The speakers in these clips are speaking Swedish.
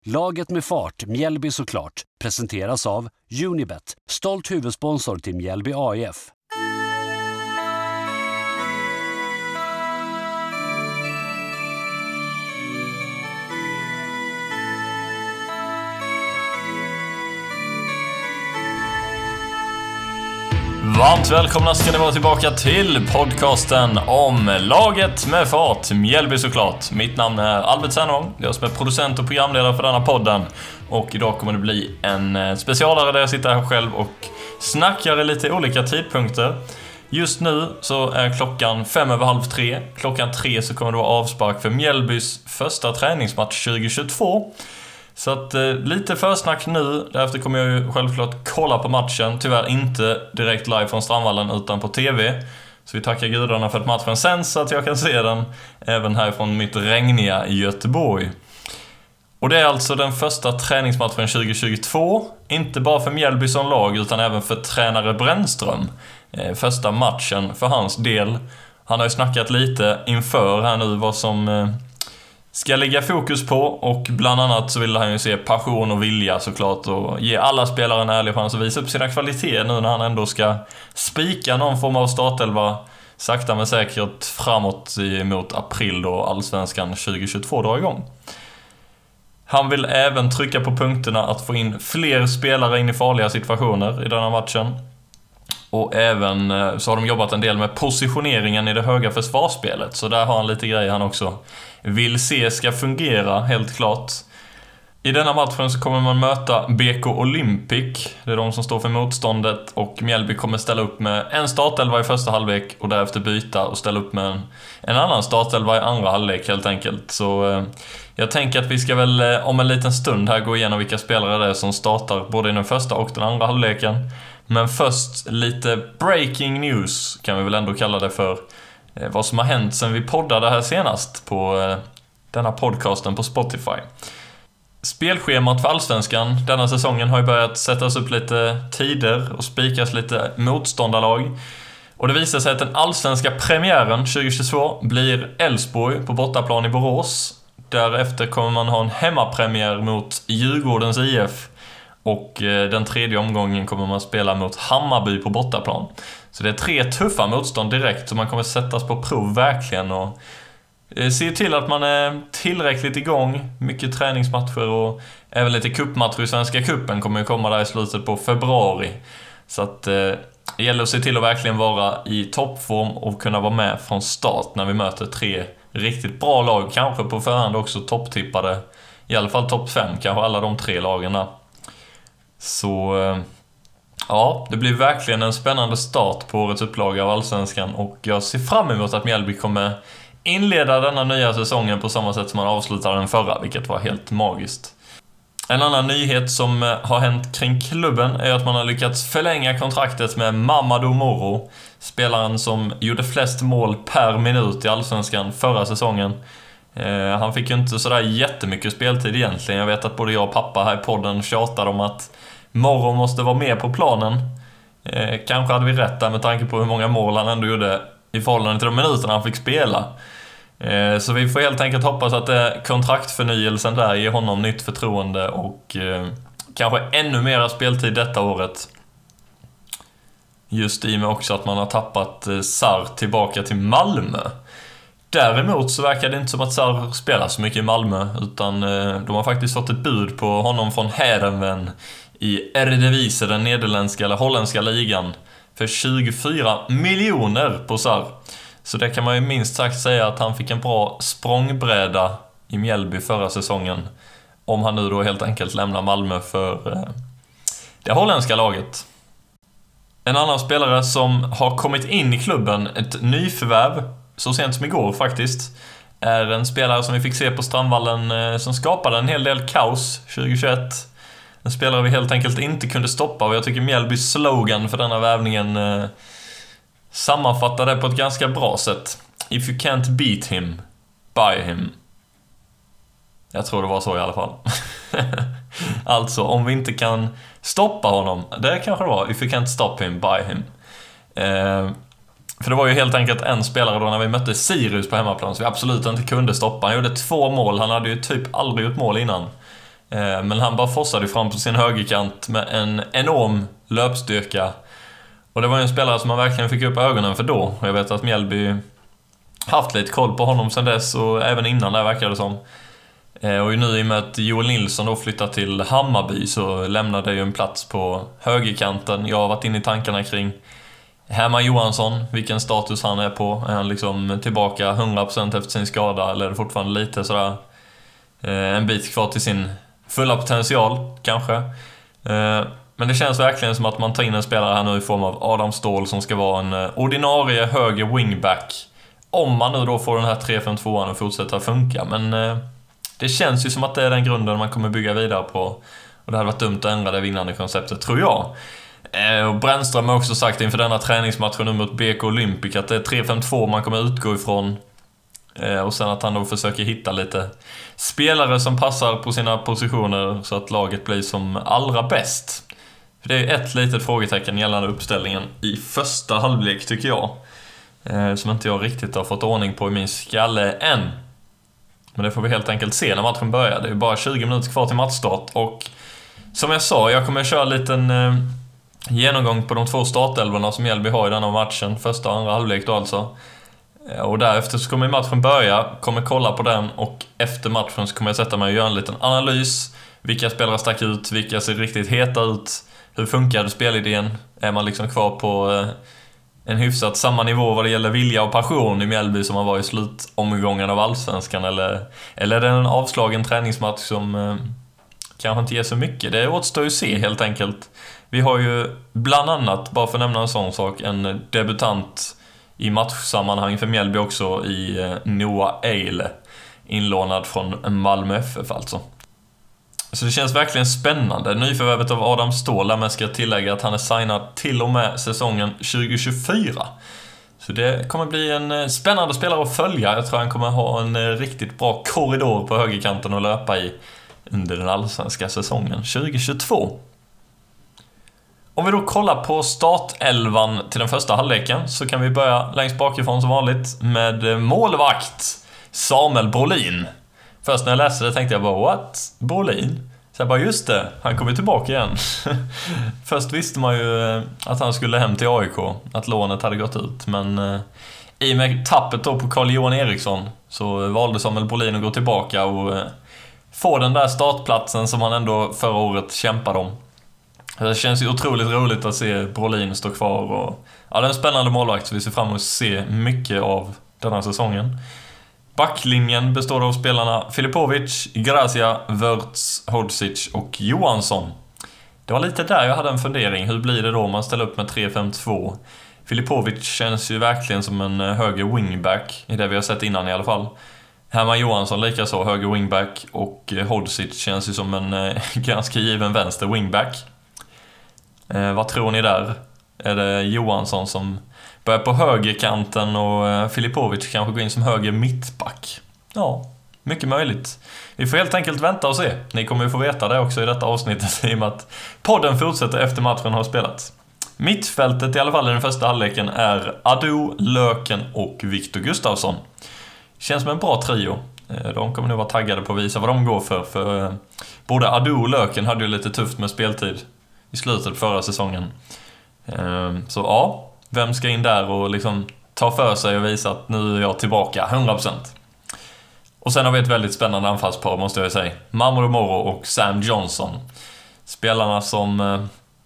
Laget med fart, Mjällby såklart, presenteras av Unibet, stolt huvudsponsor till Mjällby AIF. Varmt välkomna ska ni vara tillbaka till podcasten om laget med fart, Mjällby såklart. Mitt namn är Albert Sennholm, jag som är producent och programledare för denna podden. Och idag kommer det bli en specialare där jag sitter här själv och snackar i lite olika tidpunkter. Just nu så är klockan 3:05. Klockan 3 så kommer det vara avspark för Mjällbys första träningsmatch 2022. Så att lite försnack nu. Därefter kommer jag ju självklart kolla på matchen. Tyvärr inte direkt live från Strandvallen utan på tv. Så vi tackar gudarna för att matchen sänds så att jag kan se den även härifrån mitt regniga i Göteborg. Och det är alltså den första träningsmatchen 2022. Inte bara för Mjällby som lag utan även för tränare Brännström. Första matchen för hans del. Han har ju snackat lite inför här nu vad som ska lägga fokus på, och bland annat så vill han ju se passion och vilja såklart och ge alla spelare en ärlig chans att visa upp sina kvaliteter nu när han ändå ska spika någon form av startelva sakta men säkert framåt mot april då Allsvenskan 2022 drar igång. Han vill även trycka på punkterna att få in fler spelare in i farliga situationer i den här matchen. Och även så har de jobbat en del med positioneringen i det höga försvarsspelet. Så där har han lite grejer han också vill se ska fungera, helt klart. I denna matchen så kommer man möta BK Olympic. Det är de som står för motståndet. Och Mjällby kommer ställa upp med en startelva i första halvlek och därefter byta och ställa upp med en annan startelva i andra halvlek helt enkelt. Så jag tänker att vi ska väl om en liten stund här gå igenom vilka spelare det är som startar både i den första och den andra halvleken. Men först lite breaking news kan vi väl ändå kalla det för. Vad som har hänt sen vi poddade här senast på denna podcasten på Spotify. Spelschemat för Allsvenskan denna säsongen har ju börjat sättas upp lite tider och spikas lite motståndarlag. Och det visar sig att den allsvenska premiären 2022 blir Elfsborg på bortaplan i Borås. Därefter kommer man ha en hemmapremiär mot Djurgårdens IF. Och den tredje omgången kommer man spela mot Hammarby på bortaplan. Så det är 3 tuffa motstånd direkt som man kommer sättas på prov verkligen. Och se till att man är tillräckligt igång. Mycket träningsmatcher och även lite cupmatcher i Svenska cupen kommer ju komma där i slutet på februari. Så att det gäller att se till att verkligen vara i toppform och kunna vara med från start när vi möter 3 riktigt bra lag. Kanske på förhand också topptippade. I alla fall topp 5, kanske alla de 3 lagen där. Så ja, det blir verkligen en spännande start på årets upplaga av Allsvenskan. Och jag ser fram emot att Mjällby kommer inleda denna nya säsongen på samma sätt som man avslutade den förra, vilket var helt magiskt. En annan nyhet som har hänt kring klubben är att man har lyckats förlänga kontraktet med Mamadou Moro, spelaren som gjorde flest mål per minut i Allsvenskan förra säsongen. Han fick ju inte sådär jättemycket speltid egentligen. Jag vet att både jag och pappa här i podden tjatade om att Moro måste vara med på planen. Kanske hade vi rätt där med tanke på hur många mål han ändå gjorde i förhållande till de minuterna han fick spela. Så vi får helt enkelt hoppas att kontraktförnyelsen där ger honom nytt förtroende och kanske ännu mera speltid detta året. Just i och med också att man har tappat Sarr tillbaka till Malmö. Däremot så verkar det inte som att Sarr spelar så mycket i Malmö, utan de har faktiskt fått ett bud på honom från Heerenveen i Eredivisie, den nederländska eller holländska ligan, för 24 miljoner på Sarr. Så det kan man ju minst sagt säga att han fick en bra språngbräda i Mjällby förra säsongen, om han nu då helt enkelt lämnar Malmö för det holländska laget. En annan spelare som har kommit in i klubben, ett nyförvärv, så sent som igår faktiskt, är en spelare som vi fick se på Strandvallen som skapade en hel del kaos 2021. En spelare vi helt enkelt inte kunde stoppa, och jag tycker Mjällbys slogan för denna värvningen sammanfattar det på ett ganska bra sätt. If you can't beat him, buy him. Jag tror det var så i alla fall. Alltså, om vi inte kan stoppa honom, det kanske det var, if you can't stop him, buy him. För det var ju helt enkelt en spelare då när vi mötte Sirius på hemmaplan så vi absolut inte kunde stoppa. Han gjorde 2 mål, han hade ju typ aldrig gjort mål innan. Men han bara forssade fram på sin högerkant med en enorm löpstyrka. Och det var en spelare som man verkligen fick upp ögonen för då. Och jag vet att Mjällby haft lite koll på honom sedan dess och även innan där verkar det som. Och nu i och med att Joel Nilsson då flyttat till Hammarby så lämnade ju en plats på högerkanten. Jag har varit inne i tankarna kring Herman Johansson, vilken status han är på. Är han liksom tillbaka 100% efter sin skada eller är det fortfarande lite sådär en bit kvar till sin fulla potential kanske. Men det känns verkligen som att man tar in en spelare här nu i form av Adam Ståhl som ska vara en ordinarie höger wingback. Om man nu då får den här 3-5-2an att fortsätta funka. Men det känns ju som att det är den grunden man kommer bygga vidare på. Och det hade varit dumt att ändra det vinnande konceptet, tror jag. Och Brännström har också sagt inför denna träningsmatchen nu mot BK Olympic att det är 3-5-2 man kommer utgå ifrån. Och sen att han då försöker hitta lite spelare som passar på sina positioner så att laget blir som allra bäst. För det är ett litet frågetecken gällande uppställningen i första halvlek tycker jag. Som inte jag riktigt har fått ordning på i min skalle än. Men det får vi helt enkelt se när matchen börjar. Det är bara 20 minuter kvar till matchstart. Och som jag sa, jag kommer köra en liten genomgång på de 2 startelvorna som Mjällby har i denna matchen. Första och andra halvlek då alltså. Och därefter så kommer matchen börja. Kommer kolla på den. Och efter matchen så kommer jag sätta mig och göra en liten analys. Vilka spelare stack ut? Vilka ser riktigt heta ut? Hur funkade spelidén? Är man liksom kvar på en hyfsat samma nivå vad det gäller vilja och passion i Mjällby som man var i slutomgången av Allsvenskan? Eller är det en avslagen träningsmatch som kanske inte ger så mycket? Det återstår ju se helt enkelt. Vi har ju bland annat, bara för att nämna en sån sak, en debutant i matchsammanhang för Mjällby också i Noah Eile, inlånad från Malmö FF alltså. Så det känns verkligen spännande. Nyförvärvet av Adam Ståhl, men ska tillägga att han är signad till och med säsongen 2024. Så det kommer bli en spännande spelare att följa. Jag tror han kommer ha en riktigt bra korridor på högerkanten att löpa i under den allsvenska säsongen 2022. Om vi då kollar på startelvan till den första halvleken så kan vi börja längst bakifrån som vanligt med målvakt Samuel Brolin. Först när jag läste det tänkte jag bara, what? Brolin? Så jag bara, just det, han kommer tillbaka igen. Först visste man ju att han skulle hem till AIK, att lånet hade gått ut. Men i och med tappet då på Carl-Johan Eriksson så valde Samuel Brolin att gå tillbaka och få den där startplatsen som han ändå förra året kämpade om. Det känns ju otroligt roligt att se Brolin stå kvar. Och, ja, det är en spännande målvakt så vi ser fram emot att se mycket av den här säsongen. Backlinjen består av spelarna Filipovic, Gracia, Wörtz, Hodzic och Johansson. Det var lite där jag hade en fundering. Hur blir det då om man ställer upp med 3-5-2? Filipovic känns ju verkligen som en höger wingback i det vi har sett innan i alla fall. Herman Johansson lika så höger wingback och Hodzic känns ju som en ganska given vänster wingback. Vad tror ni där? Är det Johansson som börjar på högerkanten och Filipovic kanske går in som höger mittback? Ja, mycket möjligt. Vi får helt enkelt vänta och se. Ni kommer ju få veta det också i detta avsnittet i och med att podden fortsätter efter matchen har spelats. Mittfältet i alla fall i den första halvleken är Ado, Löken och Viktor Gustafsson. Känns som en bra trio. De kommer nog vara taggade på att visa vad de går för både Ado och Löken hade ju lite tufft med speltid i slutet förra säsongen. Så ja, vem ska in där och liksom ta för sig och visa att nu är jag tillbaka 100%. Och sen har vi ett väldigt spännande anfallspar måste jag säga. Mamadou Moro och Sam Johnson. Spelarna som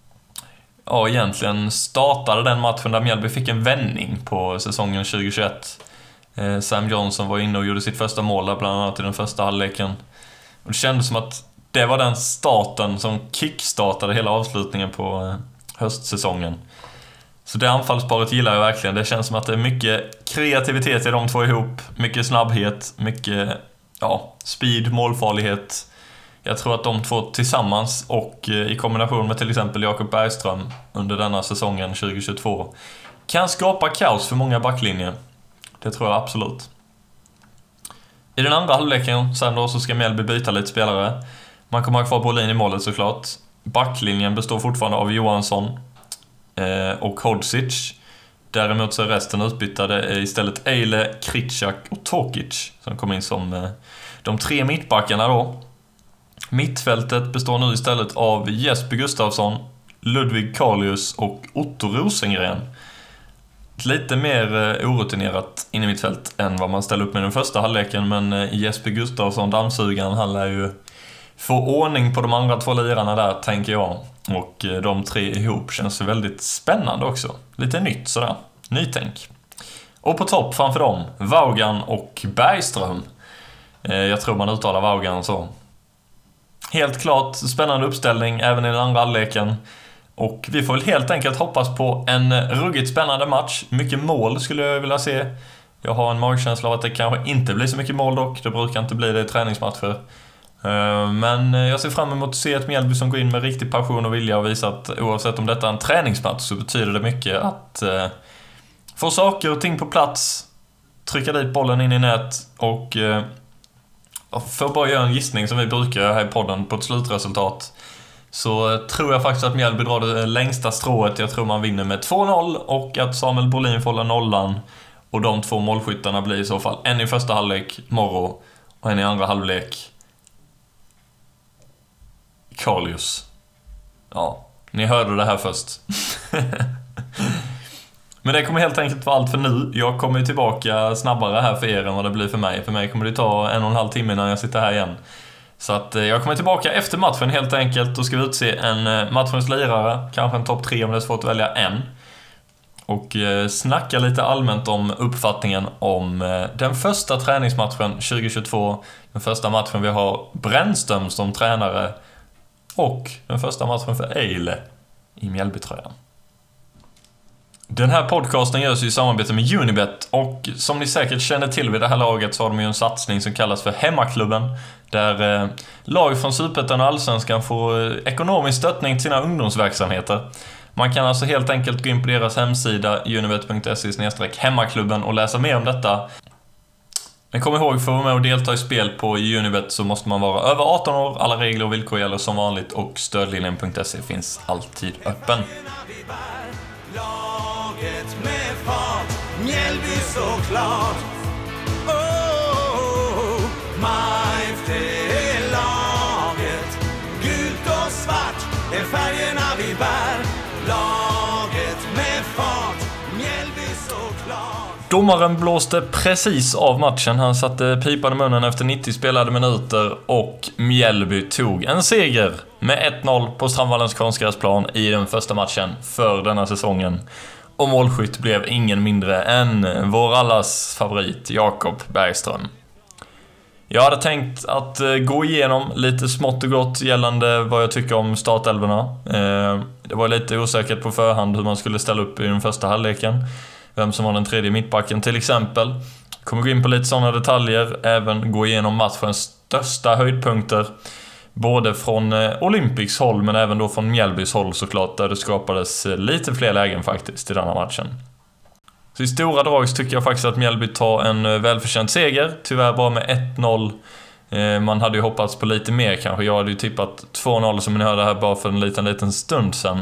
egentligen startade den matchen där Mjällby fick en vändning på säsongen 2021. Sam Johnson var inne och gjorde sitt första mål där, bland annat i den första halvleken. Och det kändes som att det var den starten som kickstartade hela avslutningen på höstsäsongen. Så det anfallsparet gillar jag verkligen. Det känns som att det är mycket kreativitet i de två ihop. Mycket snabbhet, mycket speed, målfarlighet. Jag tror att de två tillsammans och i kombination med till exempel Jakob Bergström under denna säsongen 2022 kan skapa kaos för många backlinjer. Det tror jag absolut. I den andra halvleken sen då så ska Mjällby byta lite spelare. Man kommer ha kvar Brolin i målet såklart. Backlinjen består fortfarande av Johansson och Hodzic. Däremot så är resten utbyttade istället Eile, Kritschak och Tokic som kom in som de tre mittbackarna då. Mittfältet består nu istället av Jesper Gustafsson, Ludvig Karlius och Otto Rosengren. Lite mer orutinerat in i mittfält än vad man ställer upp med den första halvleken, men Jesper Gustafsson, dammsugaren, han lär ju få ordning på de andra 2 lirarna där, tänker jag. Och de 3 ihop känns väldigt spännande också. Lite nytt sådär, nytänk. Och på topp framför dem, Vaughan och Bergström. Jag tror man uttalar Vaughan så. Helt klart spännande uppställning även i den andra halvleken. Och vi får väl helt enkelt hoppas på en ruggigt spännande match. Mycket mål skulle jag vilja se. Jag har en magkänsla av att det kanske inte blir så mycket mål dock. Det brukar inte bli det i träningsmatcher. Men jag ser fram emot att se ett Mjällby som går in med riktig passion och vilja och visa att oavsett om detta är en träningsmatch så betyder det mycket att få saker och ting på plats, trycka dit bollen in i nät och för att bara göra en gissning som vi brukar göra här i podden på ett slutresultat, så tror jag faktiskt att Mjällby drar det längsta strået. Jag tror man vinner med 2-0 och att Samuel Brolin får hålla nollan. Och de 2 målskyttarna blir i så fall en i första halvlek, Morro, och en i andra halvlek, Karlius. Ja, ni hörde det här först. Men det kommer helt enkelt vara allt för nu. Jag kommer tillbaka snabbare här för er än vad det blir för mig. För mig kommer det ta 1,5 timme när jag sitter här igen. Så att jag kommer tillbaka efter matchen helt enkelt. Då ska vi utse en matchens lirare. Kanske en topp 3 om det är svårt att välja en. Och snacka lite allmänt om uppfattningen om den första träningsmatchen 2022. Den första matchen vi har Brännström som tränare. Och den första matchen för Eile i Mjällbytröjan. Den här podcasten görs i samarbete med Unibet, och som ni säkert känner till vid det här laget så har de ju en satsning som kallas för Hemmaklubben, där lag från Superettan och Allsvenskan får ekonomisk stöttning till sina ungdomsverksamheter. Man kan alltså helt enkelt gå in på deras hemsida unibet.se/hemmaklubben och läsa mer om detta. Men kom ihåg, för att vara med och delta i spel på Unibet så måste man vara över 18 år. Alla regler och villkor gäller som vanligt, och stödlinjen.se finns alltid öppen. Laget med fart, Mjällby såklart. Oh, MIF det är laget. Gult och svart är färgerna vi bär. Laget med fart, Mjällby såklart. Domaren blåste precis av matchen. Han satte pipan i munnen efter 90 spelade minuter och Mjällby tog en seger med 1-0 på Strandvallens konstgräsplan i den första matchen för denna säsongen. Och målskytt blev ingen mindre än vår allas favorit Jakob Bergström. Jag hade tänkt att gå igenom lite smått och gott gällande vad jag tycker om startelverna. Det var lite osäkert på förhand hur man skulle ställa upp i den första halvleken. Vem som var den tredje mittbacken till exempel. Kommer gå in på lite sådana detaljer. Även gå igenom matchens största höjdpunkter. Både från Olympics håll men även då från Mjällbys håll såklart. Där det skapades lite fler lägen faktiskt i denna matchen. Så i stora drag tycker jag faktiskt att Mjällby tar en välförtjänt seger. Tyvärr bara med 1-0. Man hade ju hoppats på lite mer kanske. Jag hade ju tippat 2-0 som ni hörde här bara för en liten stund sedan.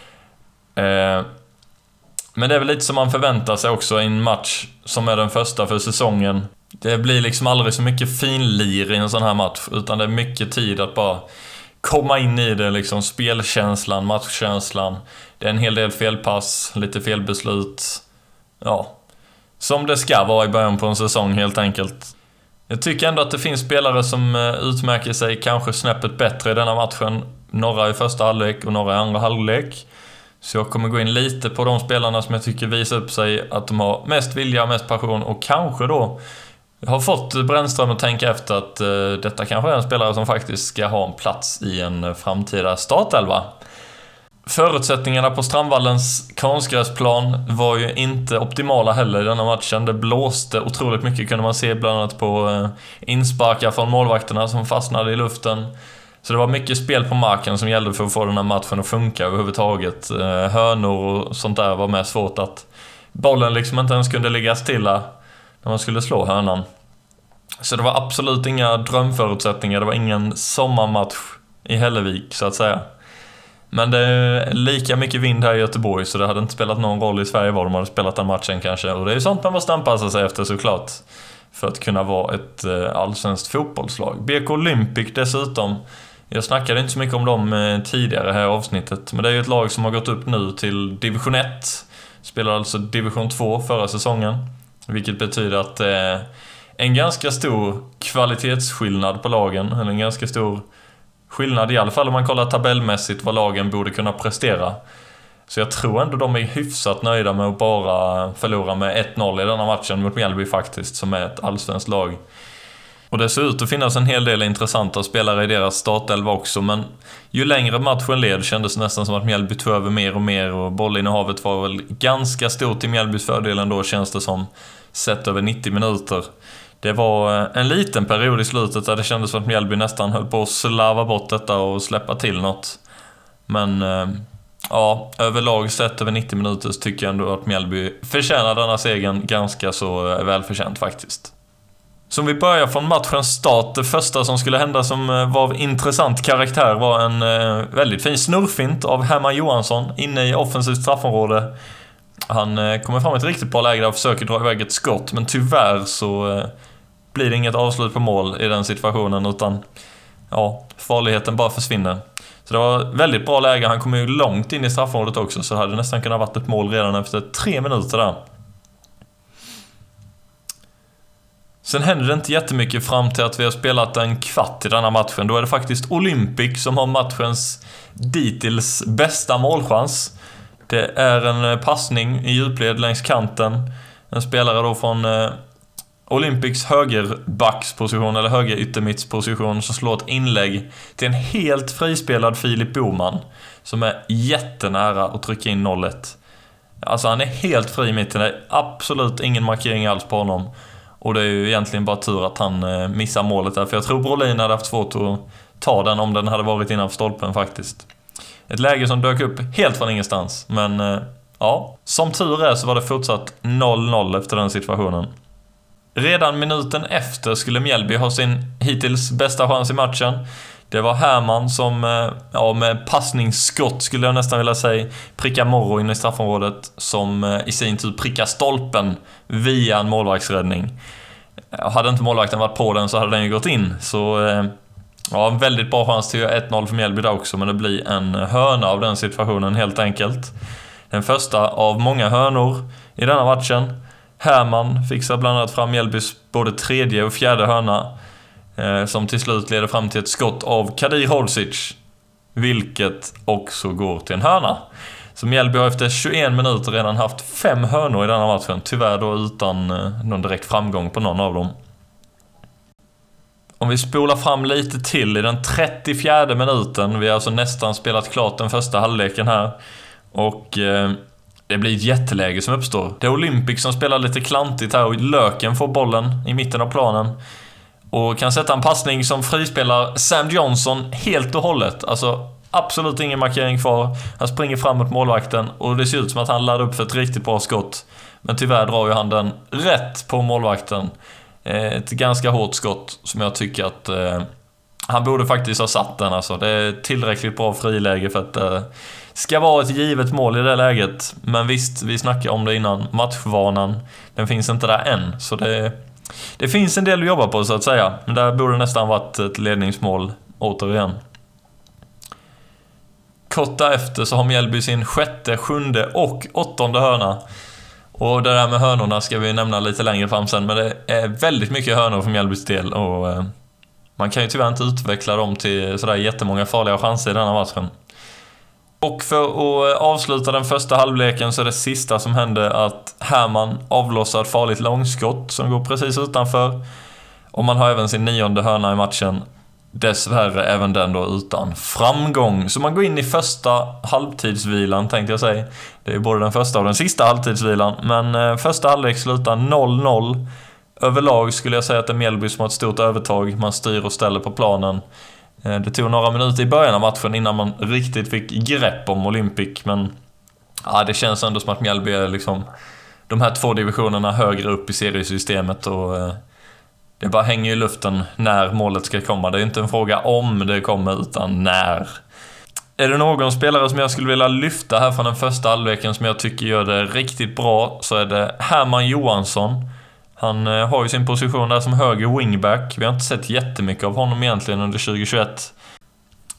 Men det är väl lite som man förväntar sig också i en match som är den första för säsongen. Det blir liksom aldrig så mycket finlir i en sån här match, utan det är mycket tid att bara komma in i det, liksom spelkänslan, matchkänslan. Det är en hel del felpass, lite felbeslut. Ja, som det ska vara i början på en säsong helt enkelt. Jag tycker ändå att det finns spelare som utmärker sig kanske snäppet bättre i denna matchen. Några i första halvlek och några i andra halvlek. Så jag kommer gå in lite på de spelarna som jag tycker visar upp sig att de har mest vilja, mest passion och kanske då har fått Brännström att tänka efter att detta kanske är en spelare som faktiskt ska ha en plats i en framtida startelva. Förutsättningarna på Strandvallens konstgräsplan var ju inte optimala heller i denna matchen. Det blåste otroligt mycket, kunde man se bland annat på insparkar från målvakterna som fastnade i luften. Så det var mycket spel på marken som gällde för att få den här matchen att funka överhuvudtaget. Hörnor och sånt där var med svårt, att bollen liksom inte ens kunde ligga stilla när man skulle slå hörnan. Så det var absolut inga drömförutsättningar. Det var ingen sommarmatch i Hällevik så att säga. Men det är lika mycket vind här i Göteborg, så det hade inte spelat någon roll i Sverige var de hade spelat den matchen kanske. Och det är ju sånt man måste anpassa sig efter såklart, för att kunna vara ett allsvenskt fotbollslag. BK Olympic dessutom Jag snackade inte så mycket om dem tidigare här i avsnittet, men det är ju ett lag som har gått upp nu till division 1. Spelar alltså division 2 förra säsongen, vilket betyder att en ganska stor kvalitetsskillnad på lagen, eller en ganska stor skillnad i alla fall om man kollar tabellmässigt vad lagen borde kunna prestera. Så jag tror ändå de är hyfsat nöjda med att bara förlora med 1-0 i denna matchen mot Mjällby faktiskt, som är ett allsvenskt lag. Och det ser ut att finnas en hel del intressanta spelare i deras startelva också, men ju längre matchen led kändes det nästan som att Mjällby tog över mer och mer, och bollinnehavet var väl ganska stort i Mjällbys fördel ändå, känns det som, sett över 90 minuter. Det var en liten period i slutet där det kändes som att Mjällby nästan höll på att slava bort detta och släppa till något. Men ja, överlag sett över 90 minuter så tycker jag ändå att Mjällby förtjänar denna segern ganska så välförtjänt faktiskt. Så om vi börjar från matchens start, det första som skulle hända som var av intressant karaktär var en väldigt fin snurrfint av Herman Johansson inne i offensivt straffområde. Han kommer fram ett riktigt bra läge där och försöker dra iväg ett skott, men tyvärr så blir det inget avslut på mål i den situationen, utan ja, farligheten bara försvinner. Så det var väldigt bra läge, han kom ju långt in i straffområdet också, så hade nästan kunnat varit ett mål redan efter 3 minuter där. Sen händer det inte jättemycket fram till att vi har spelat en kvart i denna matchen. Då är det faktiskt Olympic som har matchens dittills bästa målchans. Det är en passning i djupled längs kanten. En spelare då från Olympics högerbacksposition eller höger yttermittsposition som slår ett inlägg till en helt frispelad Filip Boman som är jättenära att trycka in 0-1. Alltså han är helt fri i mitten. Det är absolut ingen markering alls på honom. Och det är ju egentligen bara tur att han missar målet där. För jag tror Brolin hade haft svårt att ta den om den hade varit innanför stolpen faktiskt. Ett läge som dök upp helt från ingenstans. Men ja, som tur är så var det fortsatt 0-0 efter den situationen. Redan minuten efter skulle Mjällby ha sin hittills bästa chans i matchen. Det var Herman som med passningsskott skulle jag nästan vilja säga prickar Morro in i straffområdet, som i sin tur prickar stolpen via en målvaktsräddning. Hade inte målvakten varit på den så hade den ju gått in. Så en väldigt bra chans till 1-0 för Mjällby där också, men det blir en hörna av den situationen helt enkelt. Den första av många hörnor i denna matchen. Herman fixar bland annat fram Mjällbys både tredje och fjärde hörna, som till slut leder fram till ett skott av Kadir Holsic, vilket också går till en hörna. Så Mjällby har efter 21 minuter redan haft 5 hörnor i denna matchen, tyvärr då utan någon direkt framgång på någon av dem. Om vi spolar fram lite till i den 34:e minuten, vi har alltså nästan spelat klart den första halvleken här, och det blir ett jätteläge som uppstår. Det är Olympic som spelar lite klantigt här och Löken får bollen i mitten av planen och kan sätta en passning som frispelar Sam Johnson helt och hållet. Alltså absolut ingen markering kvar. Han springer fram mot målvakten och det ser ut som att han laddar upp för ett riktigt bra skott. Men tyvärr drar ju han den rätt på målvakten. Ett ganska hårt skott som jag tycker att han borde faktiskt ha satt den. Alltså. Det är tillräckligt bra friläge för att ska vara ett givet mål i det läget. Men visst, vi snackade om det innan. Matchvanan, den finns inte där än. Så det finns en del att jobba på så att säga. Men där borde nästan varit ett ledningsmål återigen. Kort därefter så har Mjällby sin 6:e, 7:e och 8:e hörna. Och det där med hörnorna ska vi nämna lite längre fram sen. Men det är väldigt mycket hörnor för Mjällbys del. Och man kan ju tyvärr inte utveckla dem till sådär jättemånga farliga chanser i denna matchen. Och för att avsluta den första halvleken så är det sista som hände att Herman avlossar ett farligt långskott som går precis utanför. Och man har även sin 9:e hörna i matchen. Dessvärre även den då utan framgång. Så man går in i första halvtidsvilan tänkte jag säga. Det är både den första och den sista halvtidsvilan. Men första halvlek slutar 0-0. Överlag skulle jag säga att det är Mjällby som har ett stort övertag. Man styr och ställer på planen. Det tog några minuter i början av matchen innan man riktigt fick grepp om Olympic. Men ja, det känns ändå som att Mjällby är liksom de här 2 divisionerna högre upp i seriesystemet. Och det bara hänger i luften när målet ska komma. Det är inte en fråga om det kommer utan när. Är det någon spelare som jag skulle vilja lyfta här från den första halvleken som jag tycker gör det riktigt bra, så är det Herman Johansson. Han har ju sin position där som höger wingback. Vi har inte sett jättemycket av honom egentligen under 2021.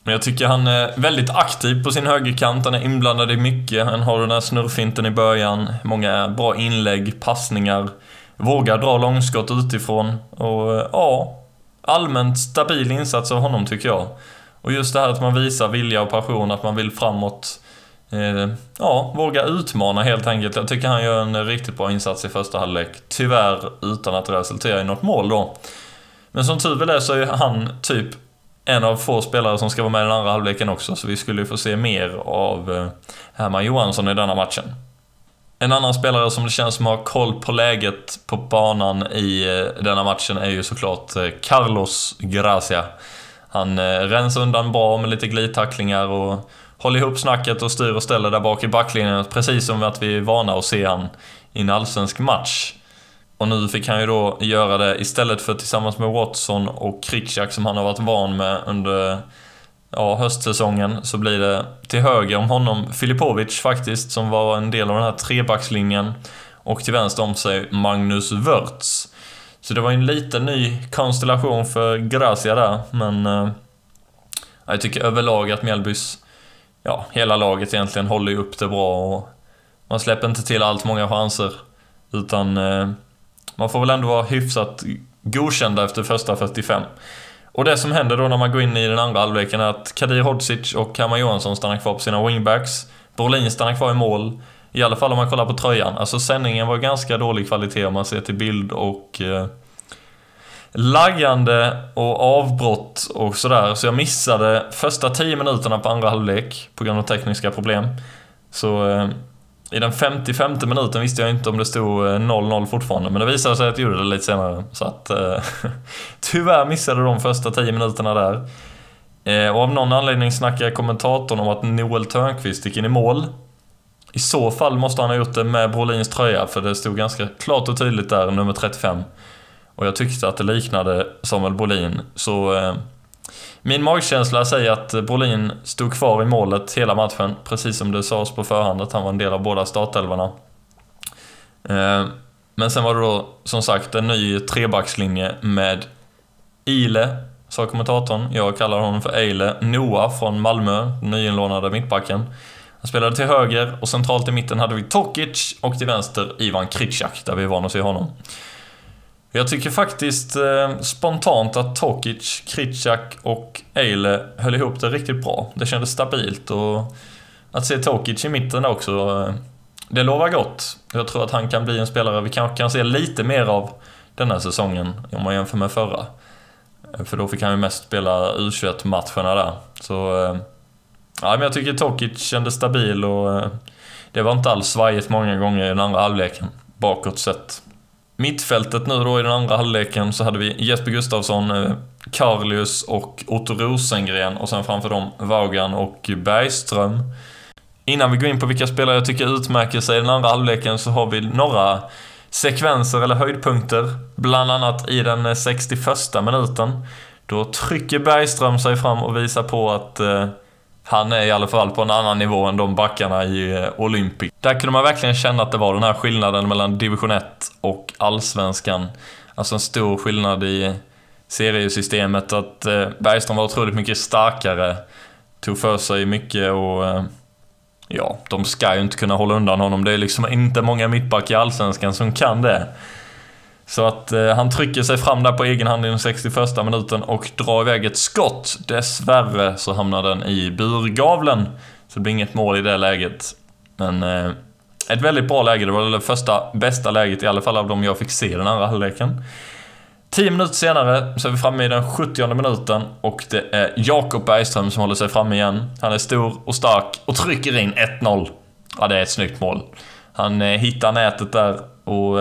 Men jag tycker han är väldigt aktiv på sin högerkant. Han är inblandad i mycket. Han har den här snurrfinten i början. Många bra inlägg, passningar. Vågar dra långskott utifrån. Och ja, allmänt stabil insats av honom tycker jag. Och just det här att man visar vilja och passion, att man vill framåt. Våga utmana helt enkelt. Jag tycker han gör en riktigt bra insats i första halvlek. Tyvärr utan att resultera i något mål då. Men som tur väl är så är han typ en av få spelare som ska vara med i den andra halvleken också. Så vi skulle ju få se mer av Herman Johansson i denna matchen. En annan spelare som det känns som har koll på läget på banan i denna matchen är ju såklart Carlos Gracia. Han rensar undan bra med lite glidtacklingar och håller ihop snacket och styr och ställer där bak i backlinjen. Precis som att vi är vana att se han i en allsvensk match. Och nu fick han ju då göra det istället för tillsammans med Watson och Kricak som han har varit van med under höstsäsongen, så blir det till höger om honom Filipovic faktiskt, som var en del av den här trebackslinjen, och till vänster om sig Magnus Wörts. Så det var en liten ny konstellation för Gracia där, men jag tycker överlag att Mjällbys, hela laget egentligen håller ju upp det bra och man släpper inte till allt många chanser, utan man får väl ändå vara hyfsat godkända efter första 45. Och det som händer då när man går in i den andra halvleken är att Kadir Hodzic och Herman Johansson stannar kvar på sina wingbacks. Brolin stannar kvar i mål, i alla fall om man kollar på tröjan. Alltså sändningen var ganska dålig kvalitet om man ser till bild och laggande och avbrott och sådär. Så jag missade första 10 minuterna på andra halvlek på grund av tekniska problem. Så i den 55:e minuten visste jag inte om det stod 0-0 fortfarande, men det visade sig att jag gjorde det lite senare. Så att tyvärr missade de första 10 minuterna där. Och av någon anledning snackar kommentatorn om att Noel Törnqvist gick in i mål. I så fall måste han ha gjort det med Brolins tröja, för det stod ganska klart och tydligt där, nummer 35. Och jag tyckte att det liknade Samuel Brolin. Så min magkänsla säger att Brolin stod kvar i målet hela matchen, precis som det sades på förhand att han var en del av båda startelvarna. Men sen var det då som sagt en ny trebackslinje med Ile, sa kommentatorn. Jag kallar honom för Eile. Noah från Malmö, nyinlånade mittbacken. Han spelade till höger och centralt i mitten hade vi Tokic och till vänster Ivan Kricak, där vi är vana att se honom. Jag tycker faktiskt spontant att Tokic, Kricak och Eile höll ihop det riktigt bra. Det kändes stabilt, och att se Tokic i mitten också, det lovar gott. Jag tror att han kan bli en spelare vi kanske kan se lite mer av den här säsongen om man jämför med förra. För då fick han ju mest spela U21-matcherna där. Så men jag tycker Tokic kändes stabil, och det var inte alls svajigt många gånger i den andra halvleken bakåt sett. Mittfältet nu då i den andra halvleken, så hade vi Jesper Gustafsson, Carlius och Otto Rosengren, och sen framför dem Vaughan och Bergström. Innan vi går in på vilka spelare jag tycker utmärker sig i den andra halvleken, så har vi några sekvenser eller höjdpunkter. Bland annat i den 61:a minuten. Då trycker Bergström sig fram och visar på att han är i alla fall på en annan nivå än de backarna i Olympic. Där kunde man verkligen känna att det var den här skillnaden mellan division 1 och allsvenskan. Alltså en stor skillnad i seriesystemet, att Bergström var otroligt mycket starkare, tog för sig mycket, och de ska ju inte kunna hålla undan honom. Det är liksom inte många mittback i allsvenskan som kan det. Så att han trycker sig fram där på egen hand i den 61:a minuten och drar iväg ett skott. Dessvärre så hamnar den i burgavlen, så det blir inget mål i det läget. Men ett väldigt bra läge. Det var det första bästa läget, i alla fall av dem jag fick se den andra halvleken. 10 minuter senare så är vi framme i den 70:e minuten, och det är Jakob Bergström som håller sig framme igen. Han är stor och stark och trycker in 1-0. Ja, det är ett snyggt mål. Han hittar nätet där, och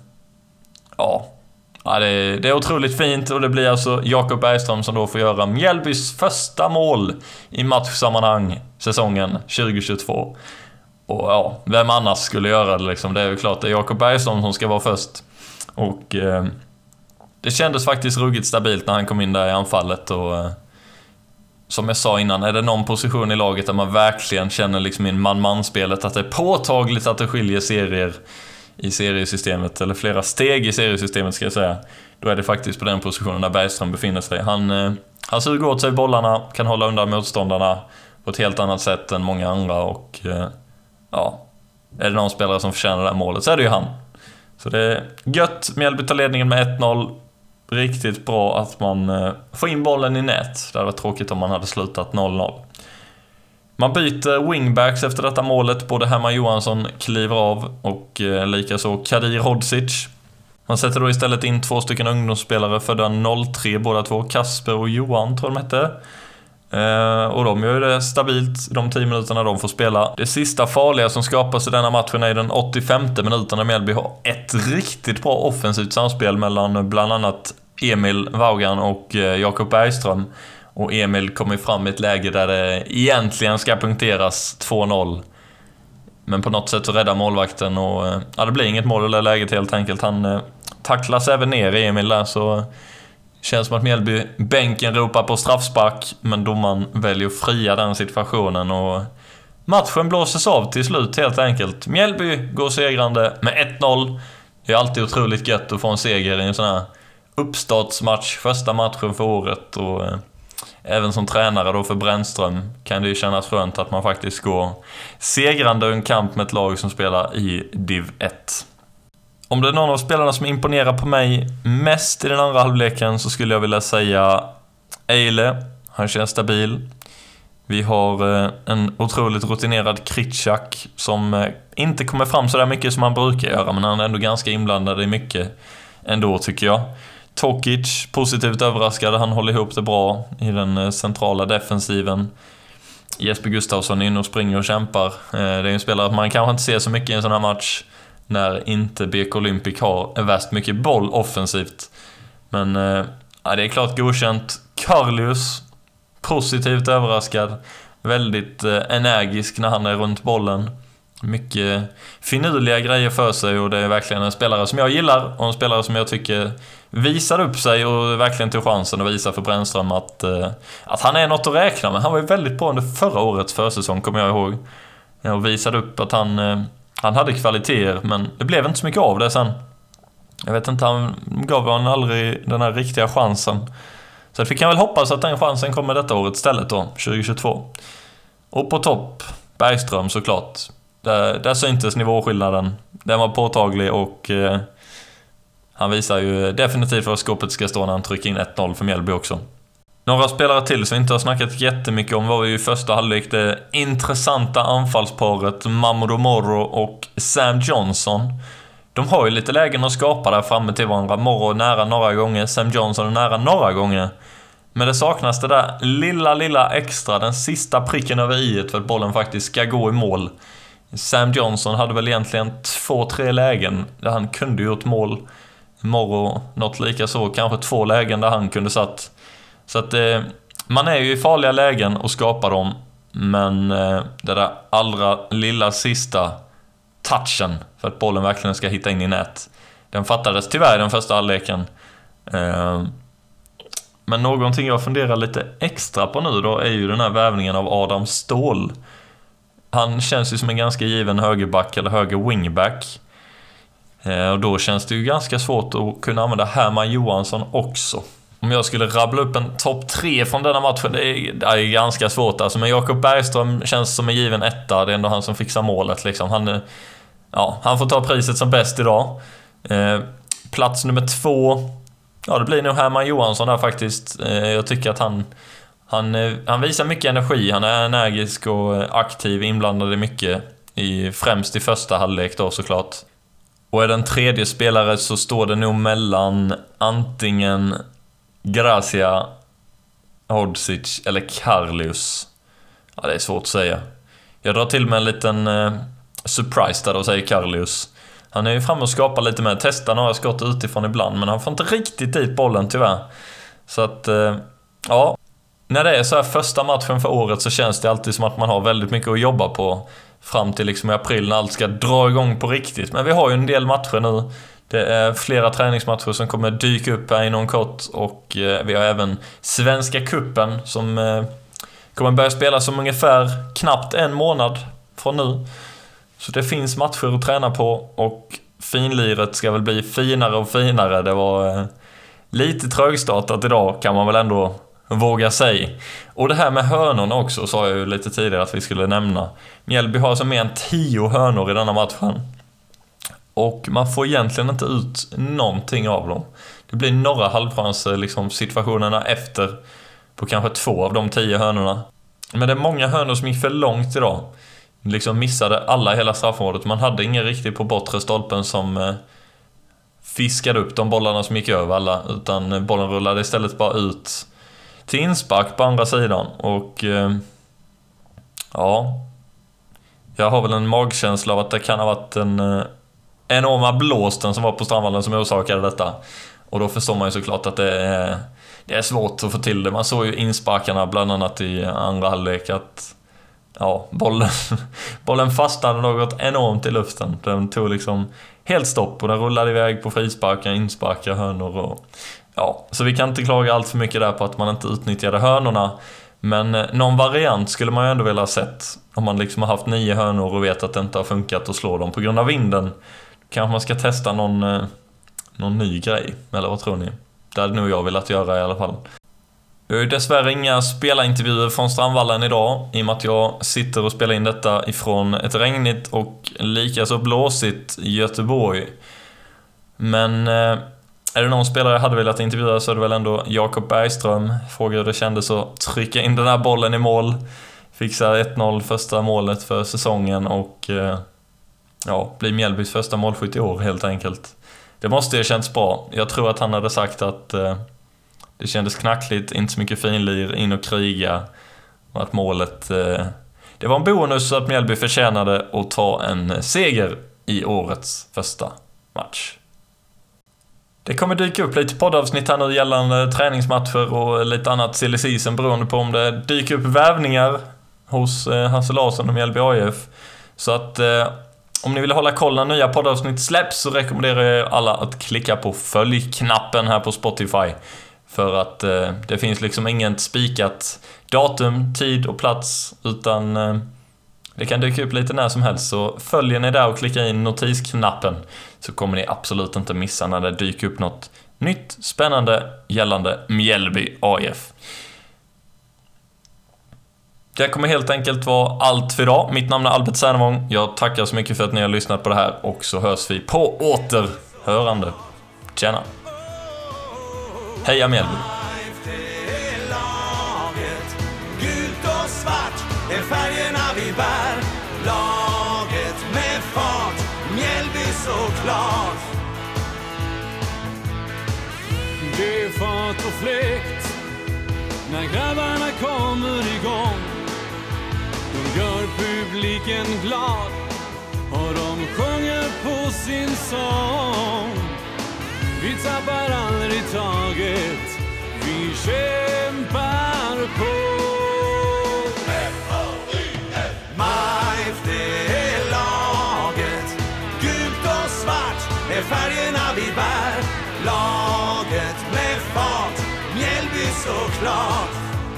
det är otroligt fint, och det blir alltså Jakob Bergström som då får göra Mjällbys första mål i matchsammanhang säsongen 2022. Och vem annars skulle göra det liksom? Det är ju klart, det är Jakob Bergström som ska vara först. Och det kändes faktiskt ruggigt stabilt när han kom in där i anfallet, och som jag sa innan, är det någon position i laget där man verkligen känner liksom i man-man-spelet att det är påtagligt att det skiljer serier i seriesystemet, eller flera steg i seriesystemet ska jag säga, då är det faktiskt på den positionen där Bergström befinner sig. Han Han suger åt sig bollarna, kan hålla undan motståndarna på ett helt annat sätt än många andra. Och är det någon spelare som förtjänar det här målet så är det ju han. Så det är gött. Mjällby tar ledningen med 1-0. Riktigt bra att man får in bollen i nät. Det hade varit tråkigt om man hade slutat 0-0. Man byter wingbacks efter detta målet. Både Herman Johansson kliver av och likaså Kadir Hodzic. Man sätter då istället in 2 stycken ungdomsspelare födda 03 båda två. Kasper och Johan tror de hette. Och de gör det stabilt de 10 minuterna de får spela. Det sista farliga som skapas i denna matchen är den 85:e minuten när Mjällby har ett riktigt bra offensivt samspel mellan bland annat Emil Vaugan och Jakob Bergström. Och Emil kommer fram i ett läge där det egentligen ska punkteras 2-0. Men på något sätt så räddar målvakten och det blir inget mål i det läget helt enkelt. Han tacklas även ner i Emil där, så känns som att Mjällby bänken ropar på straffspark, men domaren väljer att fria den situationen och matchen blåses av till slut helt enkelt. Mjällby går segrande med 1-0. Det är alltid otroligt gött att få en seger i en sån här uppstartsmatch, första matchen för året, och även som tränare då för Brännström kan det ju kännas skönt att man faktiskt går segrande i en kamp med ett lag som spelar i Div 1. Om det är någon av spelarna som imponerar på mig mest i den andra halvleken så skulle jag vilja säga Eile. Han känns stabil. Vi har en otroligt rutinerad Kritschak som inte kommer fram så där mycket som han brukar göra, men han är ändå ganska inblandad i mycket ändå tycker jag. Tokic, positivt överraskad. Han håller ihop det bra i den centrala defensiven. Jesper Gustafsson är inne och springer och kämpar. Det är en spelare att man kanske inte ser så mycket i en sån här match när inte BK Olympic har värst mycket boll offensivt. Men det är klart godkänt. Carlius, positivt överraskad. Väldigt energisk när han är runt bollen. Mycket finurliga grejer för sig, och det är verkligen en spelare som jag gillar och en spelare som jag tycker visar upp sig och verkligen tog chansen att visa för Brännström att han är något att räkna med. Han var ju väldigt bra under förra årets försäsong, kommer jag ihåg. Och visade upp att han hade kvaliteter, men det blev inte så mycket av det sen. Jag vet inte, han gav han aldrig den här riktiga chansen. Så vi kan väl hoppas att den chansen kommer detta året istället då, 2022. Och på topp, Bergström såklart. Där syntes nivåskillnaden. Den var påtaglig och han visar ju definitivt var skåpet ska stå när han trycker in 1-0 för Mjällby också. Några spelare till som vi inte har snackat jättemycket om var ju i första halvlek det intressanta anfallsparet Mamadou Moro och Sam Johnson. De har ju lite lägen att skapa där framme till varandra. Moro är nära några gånger, Sam Johnson är nära några gånger. Men det saknas det där lilla extra, den sista pricken över i för att bollen faktiskt ska gå i mål. Sam Johnson hade väl egentligen 2-3 lägen där han kunde gjort mål. Moro något lika så, kanske 2 lägen där han kunde satt. Så att man är ju i farliga lägen och skapar dem, men det där allra lilla sista touchen för att bollen verkligen ska hitta in i nät, den fattades tyvärr i den första halvleken. Men någonting jag funderar lite extra på nu då är ju den här värvningen av Adam Ståhl. Han känns ju som en ganska given högerback eller höger wingback. Och då känns det ju ganska svårt att kunna använda Herman Johansson också. Om jag skulle rabbla upp en topp 3 från denna matchen, det är ganska svårt alltså. Men Jakob Bergström känns som en given etta. Det är ändå han som fixar målet liksom. Han får ta priset som bäst idag. Plats nummer 2, det blir nog Herman Johansson där faktiskt. Jag tycker att han visar mycket energi. Han är energisk och aktiv, inblandad i mycket, främst i första halvlek då såklart. Och är den tredje spelare så står det nog mellan antingen Gracia, Hodzic eller Carlius. Ja, det är svårt att säga. Jag drar till med en liten surprise där och säger Carlius. Han är ju framme och skapar lite mer, testar några skott utifrån ibland, men han får inte riktigt dit bollen tyvärr. Så att, när det är så här första matchen för året så känns det alltid som att man har väldigt mycket att jobba på fram till liksom i april när allt ska dra igång på riktigt. Men vi har ju en del matcher nu. Det är flera träningsmatcher som kommer dyka upp här inom kort, och vi har även Svenska Cupen som kommer börja spela som ungefär knappt en månad från nu. Så det finns matcher att träna på, och finliret ska väl bli finare och finare. Det var lite trögstartat idag kan man väl ändå våga sig. Och det här med hörnorna också sa jag ju lite tidigare att vi skulle nämna. Mjällby har alltså mer än 10 hörnor i denna matchen. Och man får egentligen inte ut någonting av dem. Det blir några halvchanser liksom, situationerna efter på kanske 2 av de 10 hörnorna. Men det är många hörnor som gick för långt idag. Liksom missade alla hela straffområdet. Man hade ingen riktigt på bortre stolpen som fiskade upp de bollarna som gick över alla. Utan bollen rullade istället bara ut till inspark på andra sidan. Och ja, jag har väl en magkänsla av att det kan ha varit en enorma blåsten som var på Strandvallen som orsakade detta. Och då förstår man ju såklart att det är svårt att få till det. Man såg ju insparkarna bland annat i andra halvlek att ja, bollen fastnade något enormt i luften. Den tog liksom helt stopp och den rullade iväg på frisparkar, insparkar, hörnor och ja, så vi kan inte klaga allt för mycket där på att man inte utnyttjade hörnorna. Men någon variant skulle man ju ändå vilja ha sett. Om man liksom har haft 9 hörnor och vet att det inte har funkat att slå dem på grund av vinden. Kanske man ska testa någon ny grej. Eller vad tror ni? Det hade nog jag velat göra i alla fall. Det är ju dessvärre inga spelarintervjuer från Strandvallen idag. I och med att jag sitter och spelar in detta ifrån ett regnigt och likaså blåsigt Göteborg. Men är det någon spelare jag hade velat intervjua så är det väl ändå Jakob Bergström. Fråga hur det kändes att trycka in den här bollen i mål. Fixa 1-0 första målet för säsongen och ja, bli Mjällbys första målskytt i år helt enkelt. Det måste ju känns bra. Jag tror att han hade sagt att det kändes knackligt, inte så mycket finlir, in och kriga. Och att målet det var en bonus att Mjällby förtjänade att ta en seger i årets första match. Det kommer dyka upp lite poddavsnitt här nu gällande träningsmatcher och lite annat silly season beroende på om det dyker upp vävningar hos Hasse Larsson och Mjällby AIF. Så att om ni vill hålla koll när nya poddavsnitt släpps så rekommenderar jag alla att klicka på följ-knappen här på Spotify. För att det finns liksom inget spikat datum, tid och plats utan det kan dyka upp lite när som helst. Så följer ni där och klickar in notisknappen så kommer ni absolut inte missa när det dyker upp något nytt, spännande gällande Mjällby AIF. Det kommer helt enkelt vara allt för idag. Mitt namn är Albert Sernevång. Jag tackar så mycket för att ni har lyssnat på det här och så hörs vi på återhörande. Tjena! Heja Mjällby! Gult och svart är färgerna vi bär. Laget med fart, Mjällby såklart. Det är fart och fläkt när grabbarna kommer igång. De gör publiken glad och de sjunger på sin sång. Vi tappar aldrig taget, vi kämpar på. MIF, det är laget. Gult och svart är färgerna vi bär. Laget med fart, Mjällby såklart.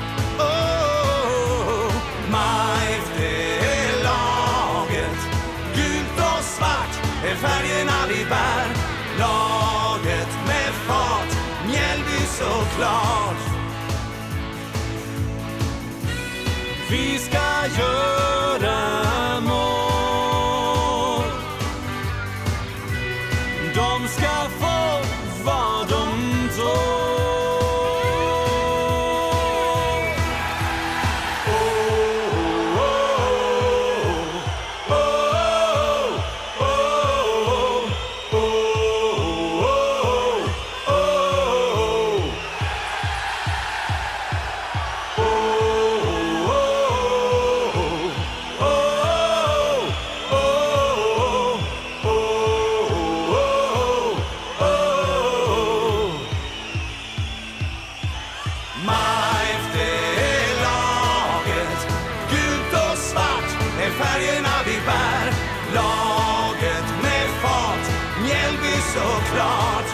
MIF, det är laget. Gult och svart är färgerna vi bär. Laget med fart, Mjällby såklart. Vi ska göra mål. De ska få vad de tål. Såklart.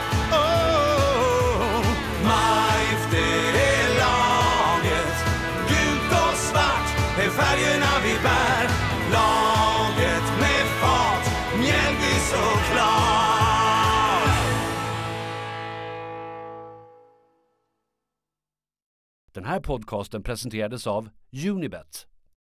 MIF, det är laget. Gult och svart är färgerna vi bär. Laget med fart, Mjällby såklart. Den här podcasten presenterades av Unibet,